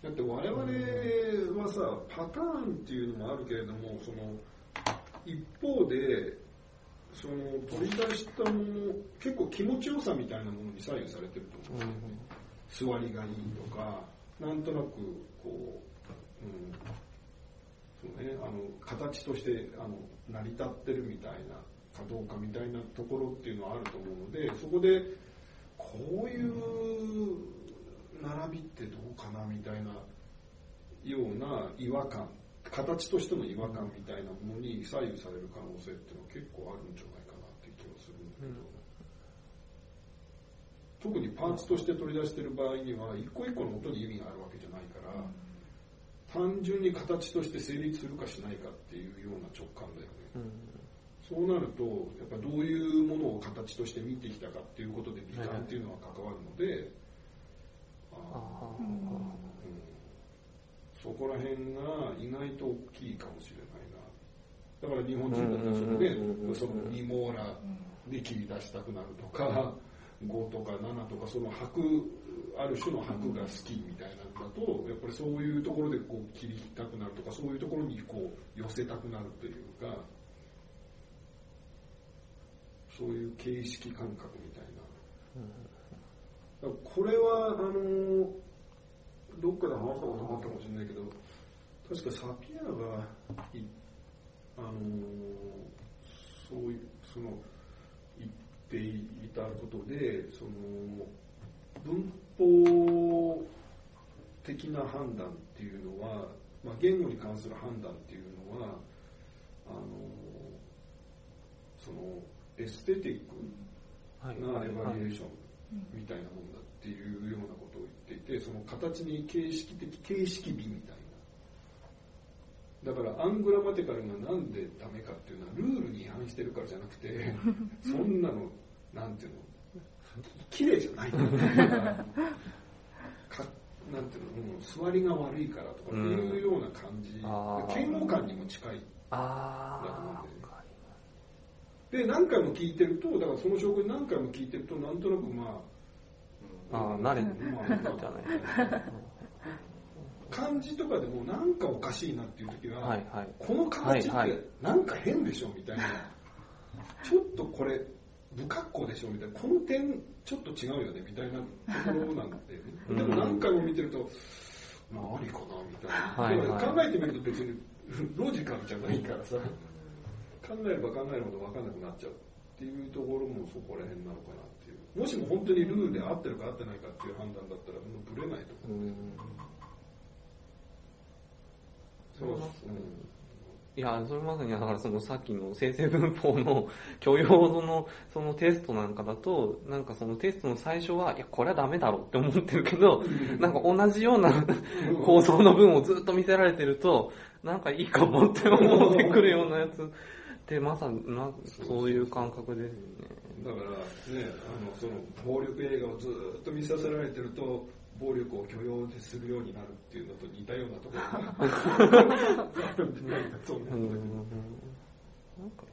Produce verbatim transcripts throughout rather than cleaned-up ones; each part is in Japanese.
だって我々はさ、パターンっていうのもあるけれども、その一方でその取り出したもの、結構気持ちよさみたいなものに左右されてると思うんですよね、うん、座りがいいとか、なんとなくこう、うんそうね、あの形としてあの成り立ってるみたいなかどうかみたいなところっていうのはあると思うので、そこでこういう並びってどうかなみたいなような違和感、形としての違和感みたいなものに左右される可能性っていうのは結構あるんじゃないかなっていう気がするんだけど、うん、特にパーツとして取り出している場合には一個一個の音に意味があるわけじゃないから、単純に形として成立するかしないかっていうような直感だよね、うん、そうなるとやっぱどういうものを形として見てきたかっていうことで美観っていうのは関わるので、あ、うん、そこら辺が意外と大きいかもしれないな。だから日本人だとそのね、そのに網羅で切り出したくなるとか、ごとかななとかその拍、ある種の拍が好きみたいなんだと、やっぱりそういうところでこう切りたくなるとか、そういうところにこう寄せたくなるというか、そういう形式感覚みたいな。これはあのどっかで話したこともあったかもしれないけど、確かサピアがいあのそういうその言っていたことで、その文法的な判断っていうのは、まあ、言語に関する判断っていうのはあのそのエステティックなエバリエーションみたいなもんだっていうようなことを言っていて、その形に形式的形式美みたいな。だからアングラマティカルがなんでダメかっていうのはルールに違反してるからじゃなくて、そんなのなんていうの綺麗じゃないかなんていうの、座りが悪いからとかっていうような感じ、嫌悪感にも近いだと思うんで。で何回も聞いてると、だからその証拠に何回も聞いてると、なんとなくまあ、 ああ、慣れてる、まあ、じゃない漢字とかでもなんかおかしいなっていう時は、はいはい、この形ってなんか変でしょみたいな、ちょっとこれ不格好でしょみたいな、この点ちょっと違うよねみたいなところなんで、ね、でも何回も見てると、まあありかなみたいな、はいはい、考えてみると別にロジカルじゃないからさ、考えれば考えるほど分かんなくなっちゃうっていうところもそこら辺なのかなっていう。もしも本当にルールで合ってるか合ってないかっていう判断だったらもうブレないと思う。うん、 そう、うん、いや、それまさにだからそのさっきの生成文法の許容のそのテストなんかだと、なんかそのテストの最初はいやこれはダメだろうって思ってるけど、なんか同じような構造の文をずっと見せられてると、なんかいいかもって思ってくるようなやつで、まさになそういう感覚ですよね。 だからね、あのその暴力映画をずっと見させられてると暴力を許容するようになるっていうのと似たようなところがあるんじゃないかと思うんだけど。なんか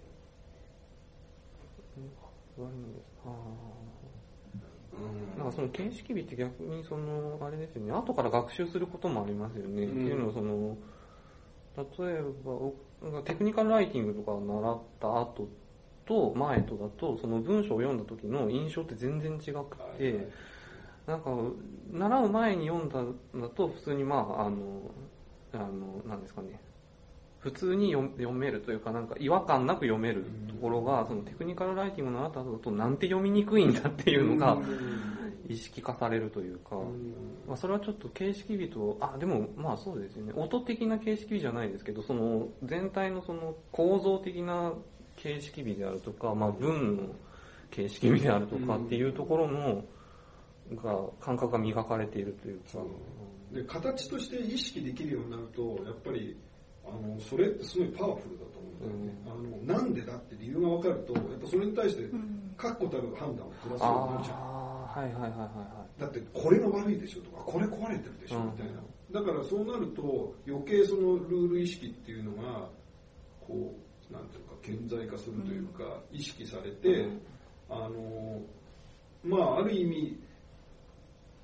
なんかその形式美って逆にそのあれですよね、後から学習することもありますよね。うん、っていうのはその例えばテクニカルライティングとかを習った後と前とだと、その文章を読んだ時の印象って全然違くて、はいはい、なんか習う前に読んだんだと普通にまああのあのなんですかね、普通に読めるというか、なんか違和感なく読めるところが、そのテクニカルライティングの習った後だとなんて読みにくいんだっていうのが意識化されるというか、まあ、それはちょっと形式美と、あ、でもまあそうですよね、音的な形式美じゃないですけど、その全体のその構造的な形式美であるとか、まあ文の形式美であるとかっていうところのが感覚が磨かれているというか、 で形として意識できるようになると、やっぱりあのそれってすごいパワフルだと思うんだよね。うん、あのなんでだって理由が分かると、やっぱそれに対して確固たる判断を下すようになるじゃん。 はいはいはいはいはい。 だってこれが悪いでしょとか、これ壊れてるでしょみたいな。だからそうなると余計そのルール意識っていうのがこうなんていうか顕在化するというか、うん、意識されて、うん、あのまあある意味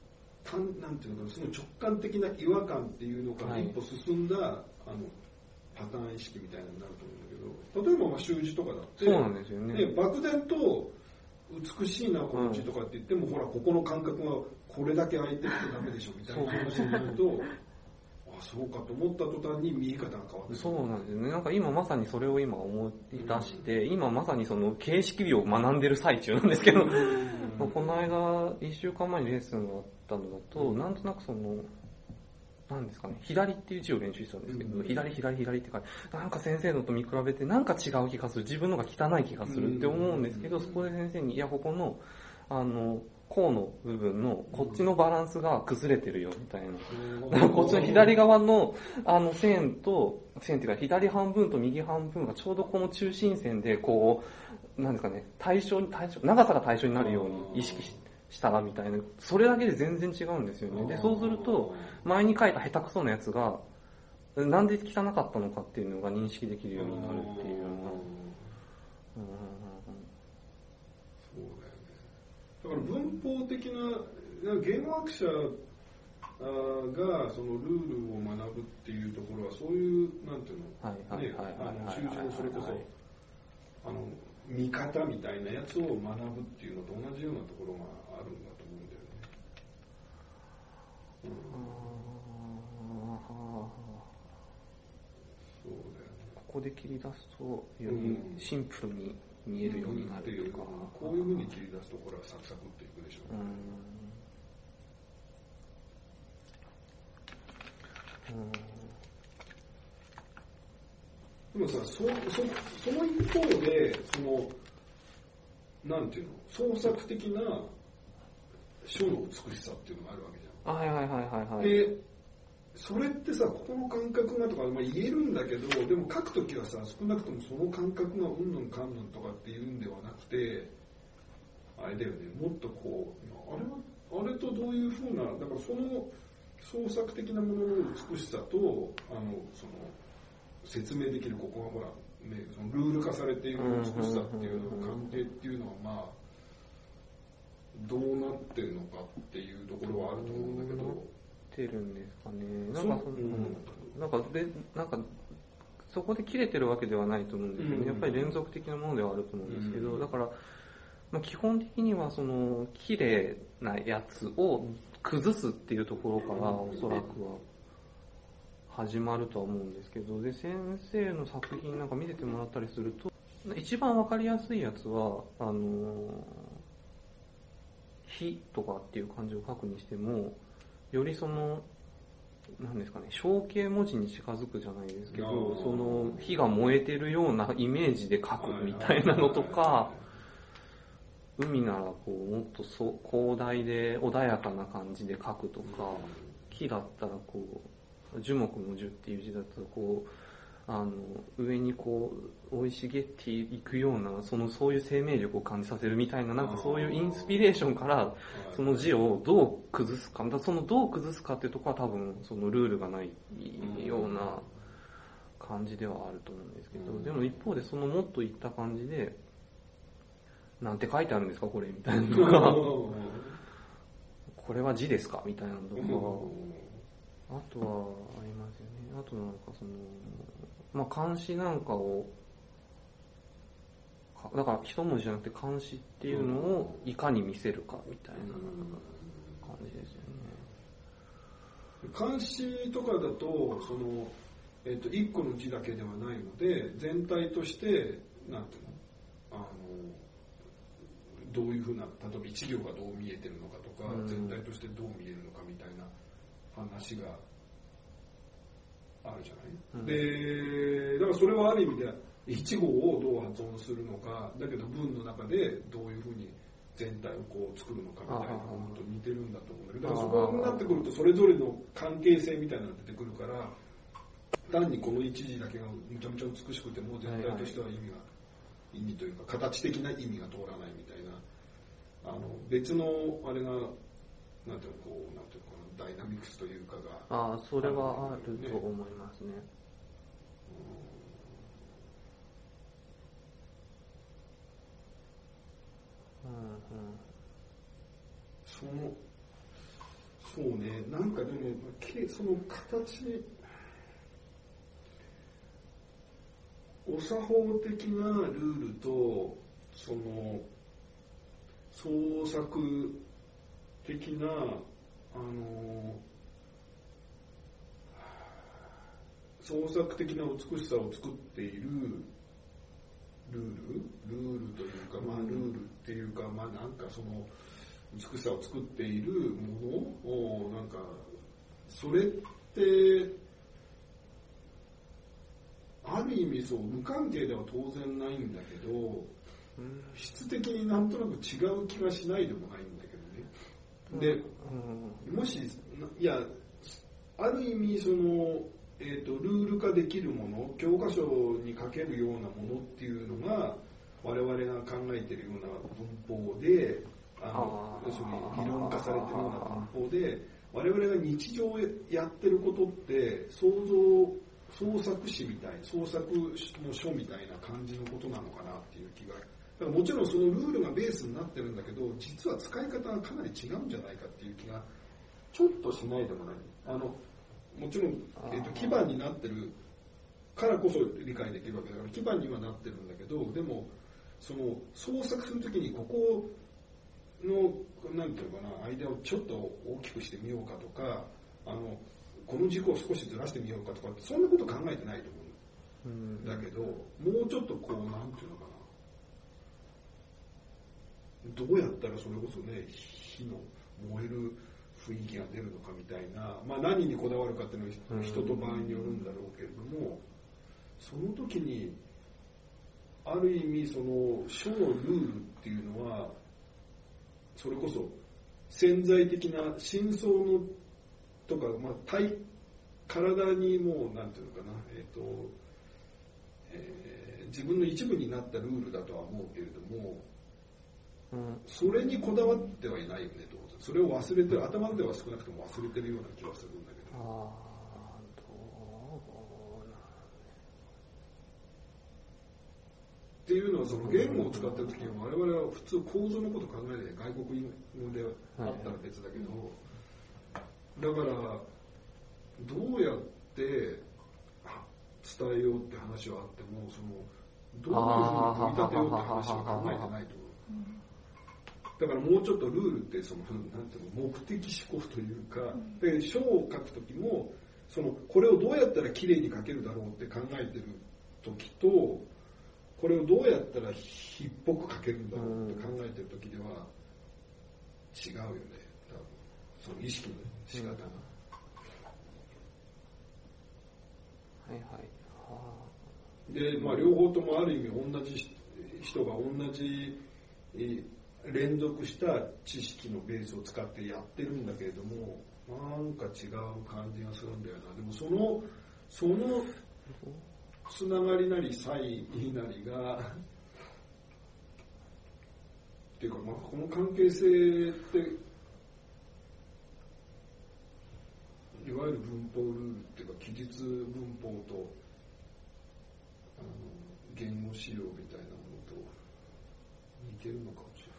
単なんていうのかな、その直感的な違和感っていうのから一歩進んだ、はい、あのパターン意識みたいなのになると思うんだけど、例えばまあ習字とかだってそうなんですよね。 ね、漠然と美しいなこの字とかって言っても、うん、ほらここの感覚がこれだけ空いてるとダメでしょみたいな話になるとあそうかと思った途端に見え方が変わってくる。 そうなんですね。なんか今まさにそれを今思い出して、うん、今まさにその形式美を学んでる最中なんですけど、うん、この間いっしゅうかんまえにレッスンがあったのだと、うん、なんとなくそのなんですかね、左っていう字を練習したんですけど、うん、左左左って書いて、なんか先生のと見比べてなんか違う気がする、自分のが汚い気がするって思うんですけど、そこで先生に、いや、ここの、あの、項の部分の、こっちのバランスが崩れてるよ、みたいな。だからこっちの左側の、あの、線と、線っていうか、左半分と右半分がちょうどこの中心線で、こう、なんですかね、対称に、対称、長さが対称になるように意識して、したらみたいな、それだけで全然違うんですよね。で、そうすると、前に書いた下手くそなやつが、なんで汚かったのかっていうのが認識できるようになるっていうのが、 そうだよね。だから文法的な、言語学者がそのルールを学ぶっていうところは、そういう、なんていうの、ね、あの、習字のそれこそ、あの、見方みたいなやつを学ぶっていうのと同じようなところがあるんだと思うんだよね。うん、そうだよね。 ここで切り出すとよりシンプルに見えるようになるとか、うんうん、 こういう風に切り出すとこれはサクサクっていくでしょうね。うん、でもさ、そ, そ, その一方で、その、なんていうの、創作的な書の美しさっていうのがあるわけじゃん。 はいはいはいはい、はい。 で、それってさ、ここの感覚がとか、まあ、言えるんだけど、でも書くときはさ、少なくともその感覚がうんぬんかんぬんとかっていうんではなくて、あれだよね、もっとこう、あれは、あれとどういうふうな、だからその創作的なものの美しさと、あの、その、説明できるここがほら、ね、そのルール化されている美しさっていうのの関係っていうのはまあどうなってるのかっていうところはあると思うんだけど。 どうなってるんですかね。なんかその、うん、なんかでなんかそこで切れてるわけではないと思うんですけど、ね、やっぱり連続的なものではあると思うんですけど、だから、まあ、基本的にはその綺麗なやつを崩すっていうところからおそらくは始まるとは思うんですけど、で先生の作品なんか見せてもらったりすると、一番わかりやすいやつはあの火とかっていう漢字を書くにしても、よりそのなんですかね、象形文字に近づくじゃないですけど、その火が燃えてるようなイメージで書くみたいなのとか、海ならこうもっとそ広大で穏やかな感じで書くとか、木だったらこう樹木の樹っていう字だとこうあの上にこう生い茂っていくような、そのそういう生命力を感じさせるみたいな、なんかそういうインスピレーションからその字をどう崩すか、またそのどう崩すかっていうところは多分そのルールがないような感じではあると思うんですけど、でも一方でそのもっといった感じで、なんて書いてあるんですかこれみたいなのとか、これは字ですかみたいなのとか、あとはありますよね。あとなんかその、まあ漢詩なんかを、だから一文字じゃなくて漢詩っていうのをいかに見せるかみたいな感じですよね。 漢詩とかだと、その、えっと、一個の字だけではないので、全体として、なんていうの、あの、どういうふうな、例えば一行がどう見えてるのかとか、うん、全体としてどう見えるのかみたいな話があるじゃない、うん、で、だからそれはある意味で一語をどう発音するのか、だけど文の中でどういうふうに全体をこう作るのかみたいなものと似てるんだと思うんだけど、だからそこになってくるとそれぞれの関係性みたいなのが出てくるから、単にこの一字だけがむちゃむちゃ美しくても全体としては意味が、意味というか形的な意味が通らないみたいな、あの別のあれがなんていうのこうなんていうのかな、ダイナミクスというかが、 ああ、それはあると思いますね。うんうん、 そのそうね、なんかでもその形、お作法的なルールとその創作的なあの創作的な美しさを作っているルールルールというか、まあルールっていうか、まあなんかその美しさを作っているものをなんかそれってある意味そう無関係では当然ないんだけど、質的になんとなく違う気がしないでもないんだけどね。で、もしいやある意味そのえーと、ルール化できるもの、教科書に書けるようなものっていうのが我々が考えているような文法で、あの要するに理論化されているような文法で、我々が日常やってることって創造創作詩みたい創作の書みたいな感じのことなのかなっていう気が、だからもちろんそのルールがベースになってるんだけど、実は使い方がかなり違うんじゃないかっていう気がちょっとしないでもない。あのもちろん、えーと、基盤になってるからこそ理解できるわけだから、基盤にはなってるんだけど、でもその創作するときにここのなんていうかな、間をちょっと大きくしてみようかとか、あのこの軸を少しずらしてみようかとかって、そんなこと考えてないと思うんだけど、もうちょっとこうなんていうのかな、どうやったらそれこそね、火の燃える雰囲気が出るのかみたいな、まあ、何にこだわるかっていうのは人と場合によるんだろうけれども、その時にある意味その書のルールっていうのはそれこそ潜在的な深層のとか、まあ、体体にもうなんていうのかな、えーとえー、自分の一部になったルールだとは思うけれども、うん、それにこだわってはいないよねと。それを忘れてる、頭では少なくとも忘れてるような気がするんだけど。あどうなんっていうのは、その言語を使ってる時に我々は普通構造のこと考えないで、外国語であったら別だけど、だからどうやって伝えようって話はあっても、そのどういうふうに組み立てようって話は考えてないと思う。だからもうちょっとルールってそのなんていうの、目的思考というか、で書を書くときもそのこれをどうやったらきれいに書けるだろうって考えてるときと、これをどうやったらひっぽく書けるんだろうって考えてるときでは違うよね、多分その意識の仕方が、うん、はいはいで、まあ、両方ともある意味同じ人が同じ連続した知識のベースを使ってやってるんだけれども、なんか違う感じがするんだよな。でもそのそのつながりなり差異なりがっていうか、まあ、この関係性っていわゆる文法ルールっていうか記述文法とあの言語仕様みたいなものと似てるのかもしれない。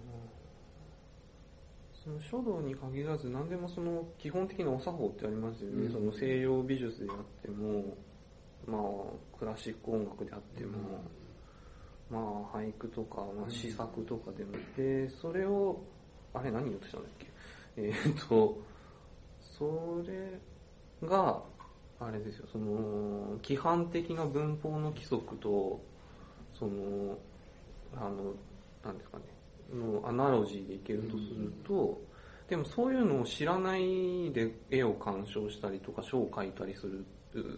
その書道に限らず何でもその基本的なお作法ってありますよね、うん、その西洋美術であっても、まあ、クラシック音楽であっても、うん、まあ俳句とか、まあ、詩作とかでも、うん、でそれをあれ何言おうとしたんだっけ、えー、っとそれがあれですよ、その規範的な文法の規則とそのあのなんですかねのアナロジーでいけるとすると、うん、でもそういうのを知らないで絵を鑑賞したりとか書を描いたりする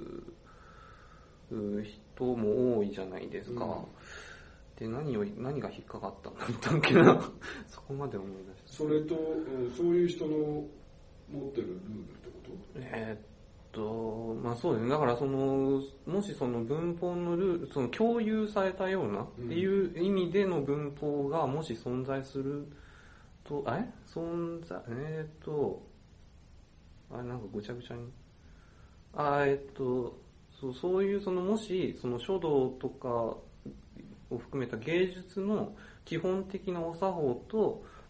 人も多いじゃないですか、うん、で何を何が引っかかったんだったっけなそこまで思い出した。 それと、うん、そういう人の持ってるルールってこと？ えー、っとまあそうですね。だからそのもしその文法のルール、その共有されたようなっていう意味での文法がもし存在すると、え存在えー、っとあれなんかぐちゃぐちゃにあえー、っとそうそういうそのもしその書道とかを含めた芸術の基本的なお作法と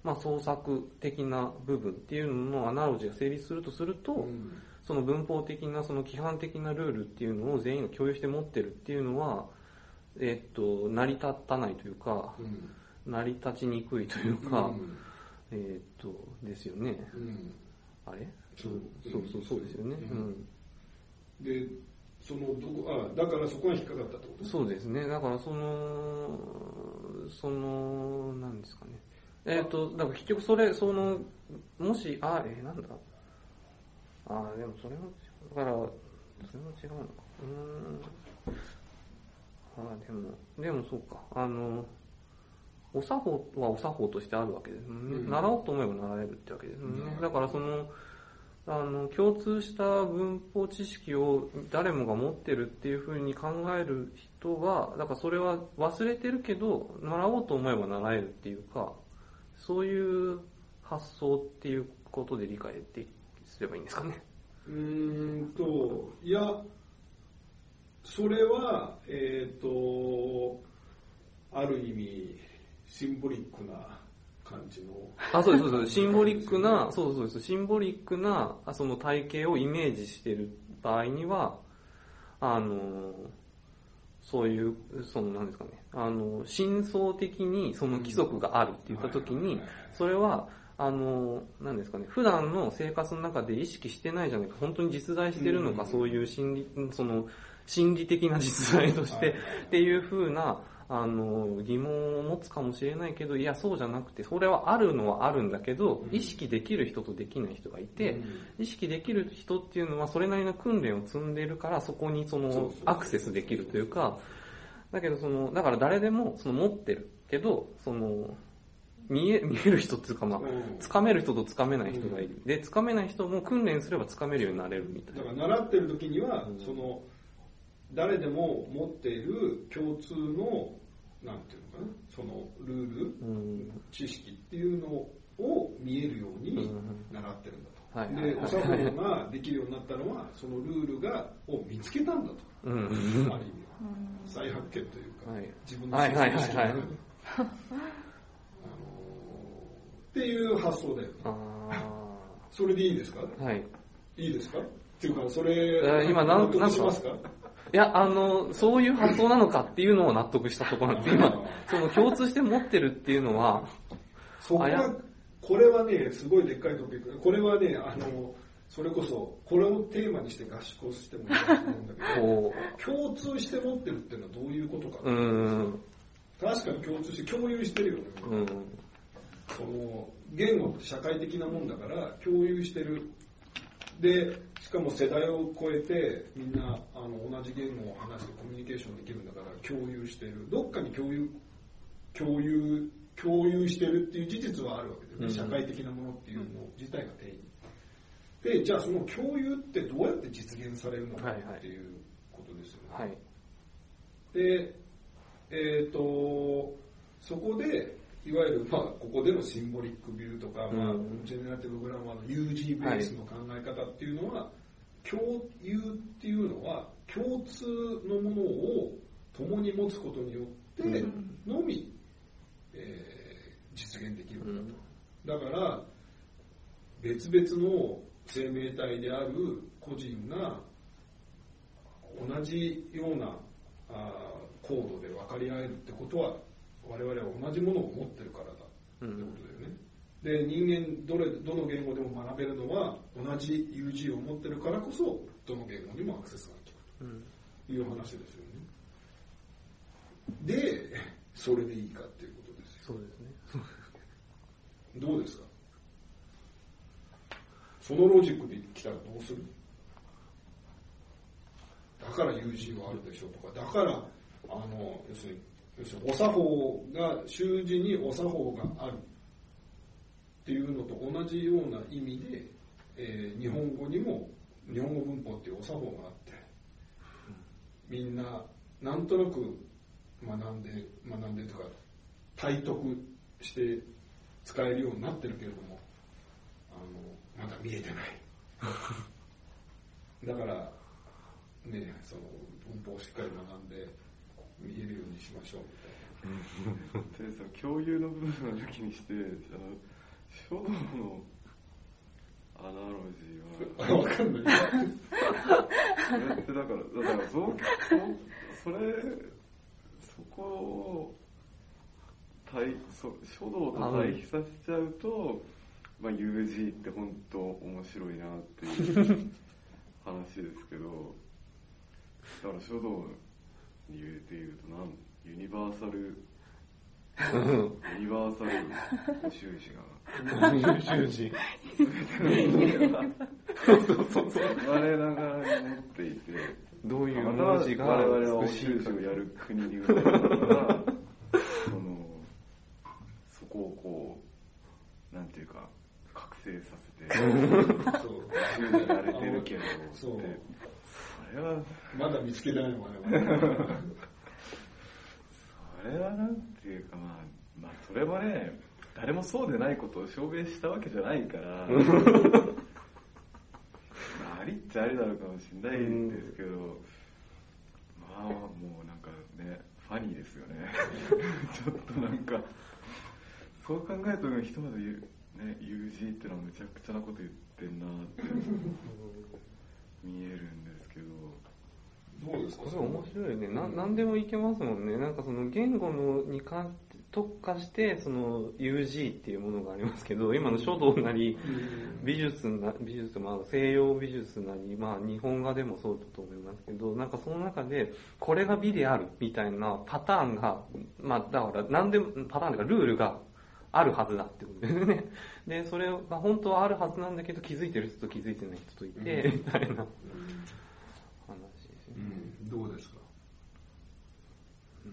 まあ、創作的な部分っていうののアナロジーが成立するとすると、うん、その文法的なその規範的なルールっていうのを全員が共有して持ってるっていうのは、えっと、成り立たないというか、うん、成り立ちにくいというか、うん、えっと、ですよね。うん、あれそう、そうそうそうですよね。うん、 で、そのどこ、あ、だからそこが引っかかったってこと？ そうですね。だからその、その、なんですかね。えっと、だから結局それ、その、もし、あ、えー、なんだあ、でもそれも、だから、それも違うのか。うーん。あ、でも、でもそうか。あの、お作法はお作法としてあるわけですもんね。うん、習おうと思えば習えるってわけですもんね。だからその、あの、共通した文法知識を誰もが持ってるっていうふうに考える人は、だからそれは忘れてるけど、習おうと思えば習えるっていうか、そういう発想っていうことで理解ですればいいんですかね。 うーんと、いや、それは、えっと、ある意味、シンボリックな感じの。 あ、そうです、そうです。シンボリックな、そうそうです。シンボリックな、その体系をイメージしている場合には、あの、そういう、その、なんですかね、あの、真相的にその規則があるって言ったときに、それは、あの、なんですかね、普段の生活の中で意識してないじゃないか、本当に実在してるのか、そういう心理、その、心理的な実在として、っていう風な、あの、疑問を持つかもしれないけど、いや、そうじゃなくて、それはあるのはあるんだけど、意識できる人とできない人がいて、意識できる人っていうのは、それなりの訓練を積んでいるから、そこにその、アクセスできるというか、だけどその、だから誰でも、その持ってるけど、その、見え、見える人っていうかまあ、掴める人と掴めない人がいる。で、掴めない人も訓練すれば掴めるようになれるみたいな。 だから習ってる時には、その、誰でも持っている共通の、なんていうのかな、そのルール、うん、知識っていうのを見えるように習ってるんだと。で、お作法ができるようになったのは、そのルールがを見つけたんだと。うん、ある意味は。再発見というか、はい、自分の知識が、はいはいはいはい、っていう発想だよね。それでいいですか？はい。いいですか？っていうか、それ、 今納得しますか？ いや、あの、そういう発想なのかっていうのを納得したところなんです。今、その共通して持ってるっていうのは、 そこが、これはね、すごいでっかいトピック。これはね、あの、それこそ、これをテーマにして合宿をしてもいいと思うんだけど、共通して持ってるっていうのはどういうことか。うん、確かに共通して共有してるよね。うん、その言語って社会的なもんだから共有してる。で、しかも世代を超えてみんなあの同じ言語を話してコミュニケーションできるんだから共有してる。どっかに共有、共有、共有してるっていう事実はあるわけだよね。うん、社会的なものっていうの自体が定義。で、じゃあその共有ってどうやって実現されるのかっていうことですよね。はいはい、で、えっと、そこで、いわゆる、まあ、ここでのシンボリックビューとか、まあ、ジェネラティブグラマーの ユージー ベースの考え方っていうのは、はい、共有っていうのは、共通のものを共に持つことによってのみ、うんえー、実現できるんだと。だから、別々の生命体である個人が同じようなあコードで分かり合えるってことは我々は同じものを持ってるからだってことだよね。うん、で、人間どれどの言語でも学べるのは同じ ユージー を持ってるからこそどの言語にもアクセスができるという話ですよね。で、それでいいかっていうことですよ。 そうですね。 どうですか？そのロジックで来たらどうする？だから ユージー はあるでしょうとか、だからあの要するに、要するにお作法が習字にお作法があるっていうのと同じような意味で、えー、日本語にも日本語文法っていうお作法があって、みんななんとなく学んで学んでとか体得して使えるようになってるけれども、あのまだ見えてないだからね、その文法をしっかり学んで見えるようにしましょうみたいなでその共有の部分を抜きにして、あの書道のアナロジーはわかんない。 それってだから、だからそう、それ、そこを対そ書道と対比させちゃうと、まあ ユージー って本当面白いなっていう話ですけど、だから書道に入れて言うとなんユニバーサルユニバーサル補習字が補習字そうそうそう我ながらに持っていて、 どういう文字が我々は補習字をやる国に生まれたからそのそこをこうなんていうか覚醒させてそう補習字やれてるけどそうってそれはまだ見つけないのかねそれはなんていうかまあ、まあそれはね、誰もそうでないことを証明したわけじゃないから、まあありっちゃありなのかもしれないんですけど、まあもうなんかね、ファニーですよね。ちょっとなんか、そう考えるとひとまず言う、ね、ユージー ってのはむちゃくちゃなこと言ってんなって見えるんですけど、 どうですか？ これ面白いよね。な、なんでもいけますもんね。なんかその言語のに関特化してその ユージー っていうものがありますけど、今の書道なり美術な美術まあ西洋美術なりまあ日本画でもそうだと思いますけど、なんかその中でこれが美であるみたいなパターンがまあだからなんでもパターンというかルールがあるはずだってことですね。でそれが本当はあるはずなんだけど気づいてる人と気づいてない人といて、うん、みたいな話。 うん、どうですか？うん、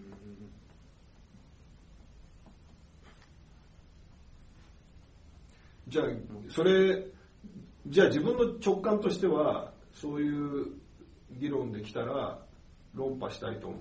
じゃあそれじゃあ自分の直感としてはそういう議論できたら論破したいと思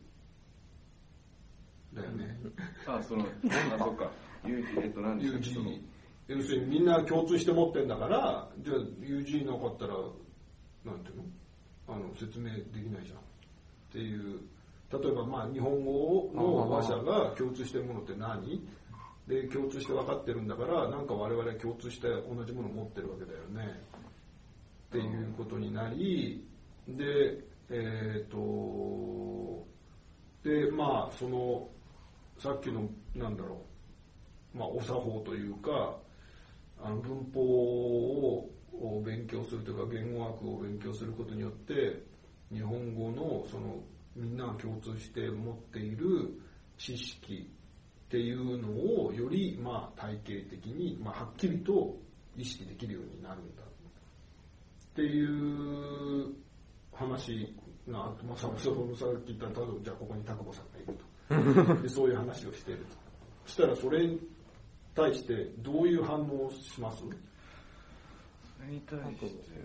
うだよね。 あ、そのあそっかユージーえっと何でしたっけ？ 要するにみんな共通して持ってんだから、じゃあ ユージー なかったらなんていうのあの説明できないじゃんっていう。例えばまあ日本語の話者が共通してるものって何で共通して分かってるんだからなんか我々共通して同じものを持ってるわけだよねっていうことになりでえっとでまあそのさっきのなんだろうまあお作法というかあの文法をを勉強するというか言語学を勉強することによって日本語のそのみんなが共通して持っている知識っていうのをよりまあ体系的に、まあ、はっきりと意識できるようになるんだっていう話があって、まあ、そのさっき言ったら例えばじゃあここに田久保さんがいるとでそういう話をしているとそしたらそれに対してどういう反応をします？ それに対して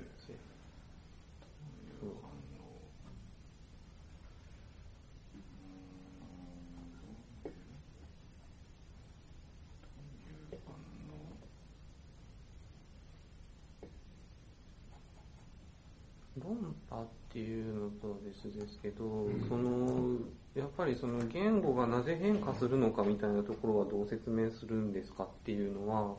論破っていうのとは別ですけど、うん、そのやっぱりその言語がなぜ変化するのかみたいなところはどう説明するんですかっていうのは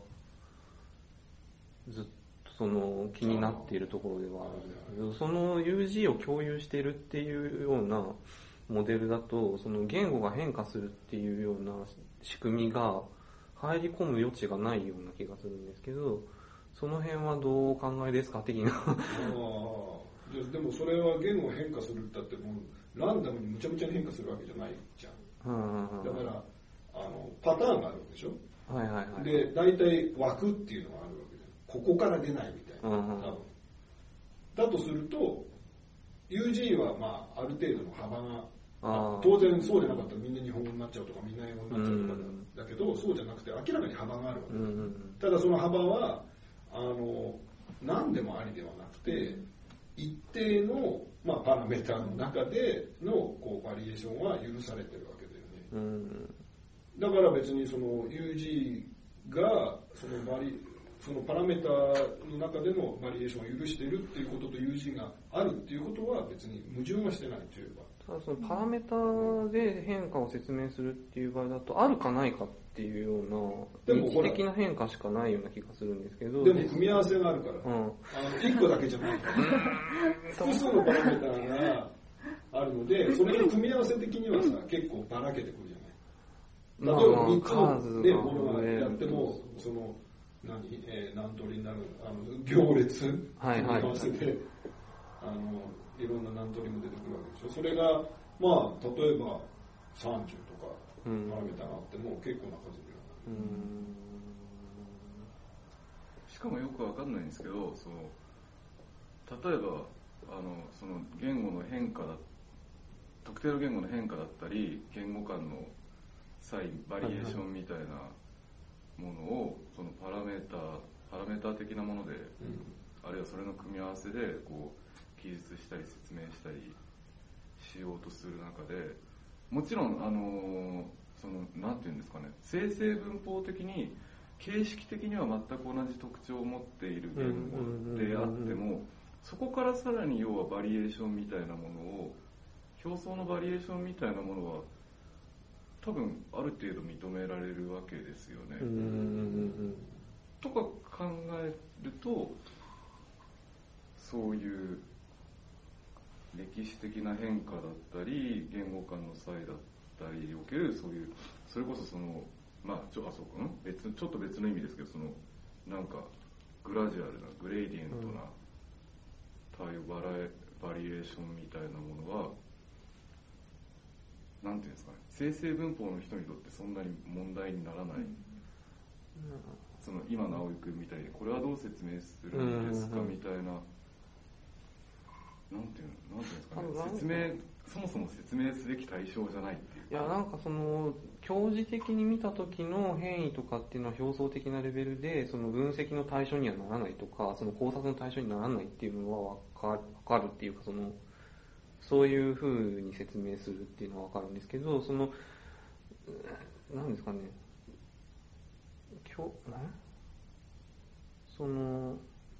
ずっとその気になっているところではあるんですけど、その ユージー を共有しているっていうようなモデルだとその言語が変化するっていうような仕組みが入り込む余地がないような気がするんですけど、その辺はどうお考えですか的なあでもそれは言語が変化するってだってもうランダムにむちゃむちゃに変化するわけじゃないじゃん、うん、だからあのパターンがあるわけでしょ、 はいはいはい、 で大体枠っていうのがあるわけでここから出ないみたいな、うん、多分だとすると ユージー はまあある程度の幅があ当然そうじゃなかったらみんな日本語になっちゃうとかみんな英語になっちゃうとかだ、うん、だけどそうじゃなくて明らかに幅があるわけ、うん、ただその幅はあの何でもありではなくて一定の、まあ、パラメーターの中でのこうバリエーションは許されてるわけだよね、うん、だから別にその ユージー がそのバリそのパラメーターの中でのバリエーションを許しているっていうことと ユージー があるっていうことは別に矛盾はしてないといえばただそのパラメータで変化を説明するっていう場合だと、あるかないかっていうような、日的な変化しかないような気がするんですけど。 でも組み合わせがあるから、うん、あのいっこだけじゃないから、複数のパラメータがあるので、それの組み合わせ的にはさ、結構ばらけてくるじゃない。例えばみっつの、ね、ものがやっても、その、何、えー、何通りになる、あの行列組み合わせで、あのいろんな何通りも出てくるわけでしょ。それが、まあ、例えばさんじゅうとかパラメータがあっても結構な数になる。うん、 しかもよくわかんないんですけど、その例えばあのその言語の変化だ、特定の言語の変化だったり、言語間の差異、バリエーションみたいなものを、そのパラメータパラメータ的なもので、うん、あるいはそれの組み合わせでこう記述したり説明したりしようとする中で、もちろんあのそのなんていうんですかね、生成文法的に形式的には全く同じ特徴を持っている言語であっても、そこからさらに要はバリエーションみたいなものを、表層のバリエーションみたいなものは多分ある程度認められるわけですよね。とか考えると、そういう歴史的な変化だったり、言語間の差異だったりにおける、そういう、それこそその、まあ、ちょ、あ、そうかな、別、ちょっと別の意味ですけど、その、なんか、グラジュアルな、グレーディエントな、対応バラエ、バリエーションみたいなものは、なんていうんですかね、生成文法の人にとってそんなに問題にならない。うん、その、今の青井くんみたいに、これはどう説明するんですか、みたいな、なんていうの、なんていうんですかね、説明、そもそも説明すべき対象じゃないっていう。 いや、なんかその、教示的に見た時の変異とかっていうのは表層的なレベルで、その分析の対象にはならないとか、その考察の対象にならないっていうのはわかる、わかるっていうか、その、そういう風に説明するっていうのはわかるんですけど、その、なんですかね、今日、ねその、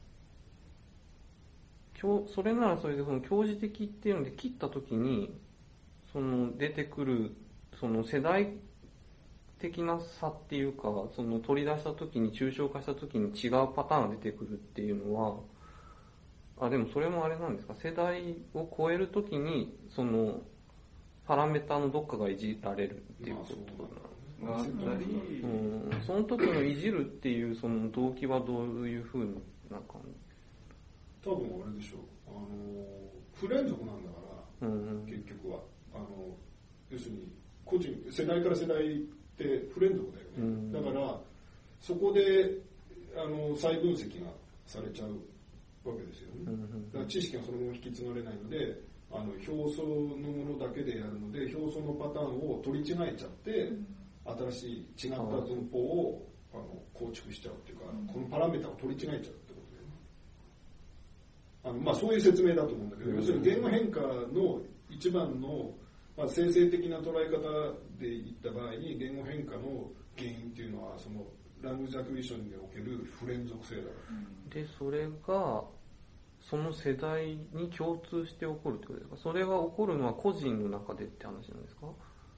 それならそれでその教示的っていうので切ったときにその出てくるその世代的な差っていうか、その取り出したときに抽象化したときに違うパターンが出てくるっていうのは、あ、でもそれもあれなんですか、世代を超えるときにそのパラメータのどっかがいじられるっていうことなんですかね。うん、その時のいじるっていうその動機はどういう風な感じ？ 多分あれでしょう、あの不連続なんだから、うんうん、結局はあの要するに個人世代から世代って不連続だよね、うん、だからそこであの再分析がされちゃうわけですよね、うんうん、だから知識がそのまま引き継がれないので、あの表層のものだけでやるので表層のパターンを取り違えちゃって、うん、新しい違った文法をあの構築しちゃうっていうか、うん、このパラメータを取り違えちゃうあのまあ、そういう説明だと思うんだけど、要するに言語変化の一番の、まあ、生成的な捉え方で言った場合に言語変化の原因っていうのはそのラングージアクイジションにおける不連続性だから。 で、それがその世代に共通して起こるってことですか？それが起こるのは個人の中でって話なんですか？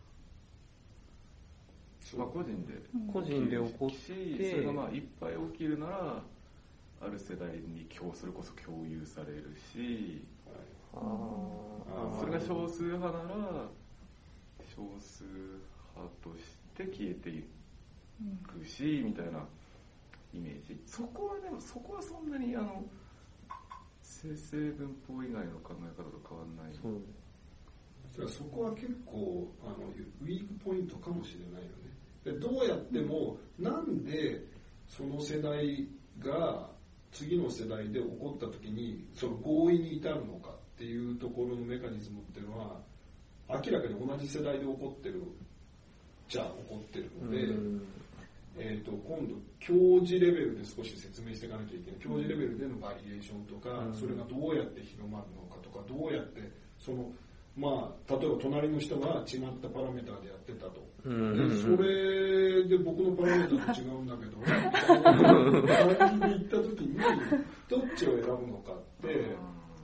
まあ、個人で個人で起こって、 それがまあいっぱい起きるならある世代に今日それこそ共有されるし、ああそれが少数派なら少数派として消えていくし、うん、みたいなイメージ。そこはでもそこはそんなにあの生成文法以外の考え方と変わらない。 そう。そこは結構あのウィークポイントかもしれないよね。でどうやっても、うん、なんでその世代が次の世代で起こった時にその合意に至るのかっていうところのメカニズムっていうのは明らかに同じ世代で起こってるじゃあ起こってるので、えー、と今度教示レベルで少し説明していかなきゃいけない。教示レベルでのバリエーションとか、それがどうやって広まるのかとか、どうやってそのまあ、例えば隣の人が違ったパラメーターでやってたと、うんうん、それで僕のパラメーターと違うんだけど感じで言った時にどっちを選ぶのかって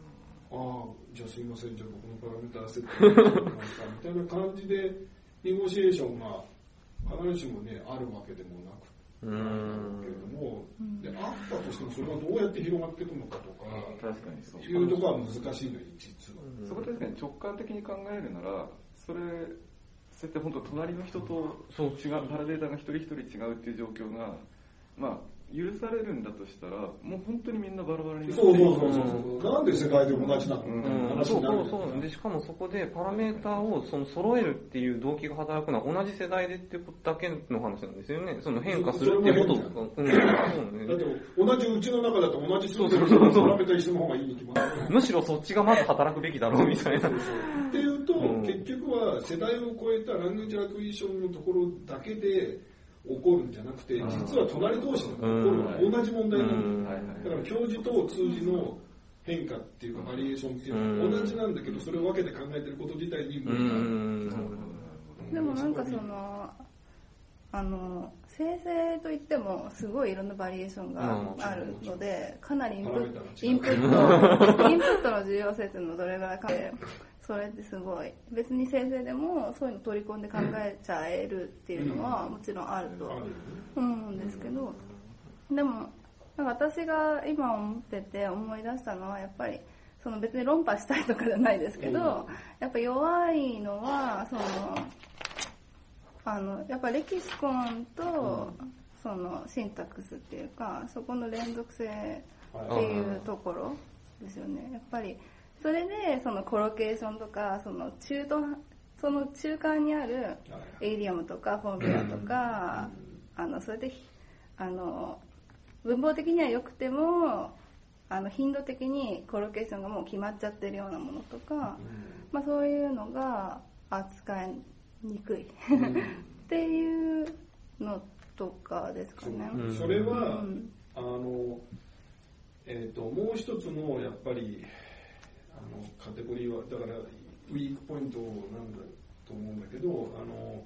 ああ、じゃあすいません、じゃあ僕のパラメータセットになりますかみたいな感じで、ネゴシエーションが必ずしもね、あるわけでもなくて。うん、けれども、であったとしてもそれはどうやって広がっていくのかとか、 確かにそういうところは難しいのよ、実は。 そこ確かに直感的に考えるなら、それ、そうやって本当隣の人と違う、パラデータが一人一人違うっていう状況が、まあ、許されるんだとしたら、もう本当にみんなバラバラになってそうそうそうそう、うん、なんで世界で同じなの、うんうん、そうそうそうで、しかもそこでパラメータをその揃えるっていう動機が働くのは同じ世代でってことだけの話なんですよね。その変化するっていうこととか、うん、そうね。 だって同じうちの中だと同じ数字のパラメータ一緒の方がいいに決まる。 むしろそっちがまず働くべきだろうみたいな。そうそうっていうと、うん、結局は世代を超えたラングジアクイションのところだけで起こるんじゃなくて、実は隣同士で起こるのは同じ問題なんだよ。だから教授と通じの変化っていうかバリエーションっていうのは同じなんだけど、それを分けて考えてること自体に無理がある。 でもなんかそのあの生成といってもすごいいろんなバリエーションがあるので、かなりインプットインプットインプットの重要性っていうのをどれぐらいかで、それってすごい別に生成でもそういうの取り込んで考えちゃえるっていうのはもちろんあると思うんですけど、でもなんか私が今思ってて思い出したのはやっぱりその別に論破したいとかじゃないですけど、やっぱ弱いのはそのあのやっぱレキシコンとそのシンタックスっていうかそこの連続性っていうところですよね。やっぱりそれでそのコロケーションとかその中途その中間にあるエイリアムとかフォーミュラとかあのそれであの文法的には良くてもあの頻度的にコロケーションがもう決まっちゃってるようなものとか、まあ、そういうのが扱いにくいっていうのとかですかね。 それは、うん、あのえーともう一つのやっぱりあのカテゴリーはだからウィークポイントなんだと思うんだけど、あの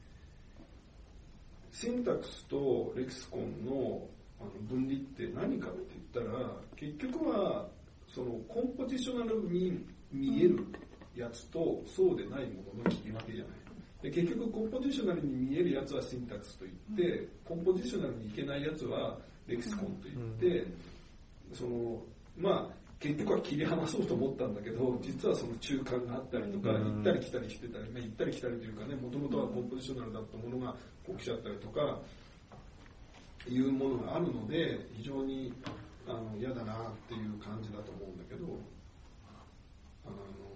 シンタックスとレクシコンのあの分離って何かって言ったら結局はそのコンポジショナルに見えるやつとそうでないものの切り分けじゃない。で結局コンポジショナルに見えるやつはシンタックスといってコンポジショナルにいけないやつはレクシコンといってそのまあ結局は切り離そうと思ったんだけど実はその中間があったりとか行ったり来たりしてたり、まあ、行ったり来たりというかねもともとはコンポジショナルだったものがこう来ちゃったりとかいうものがあるので非常にあの嫌だなっていう感じだと思うんだけどあの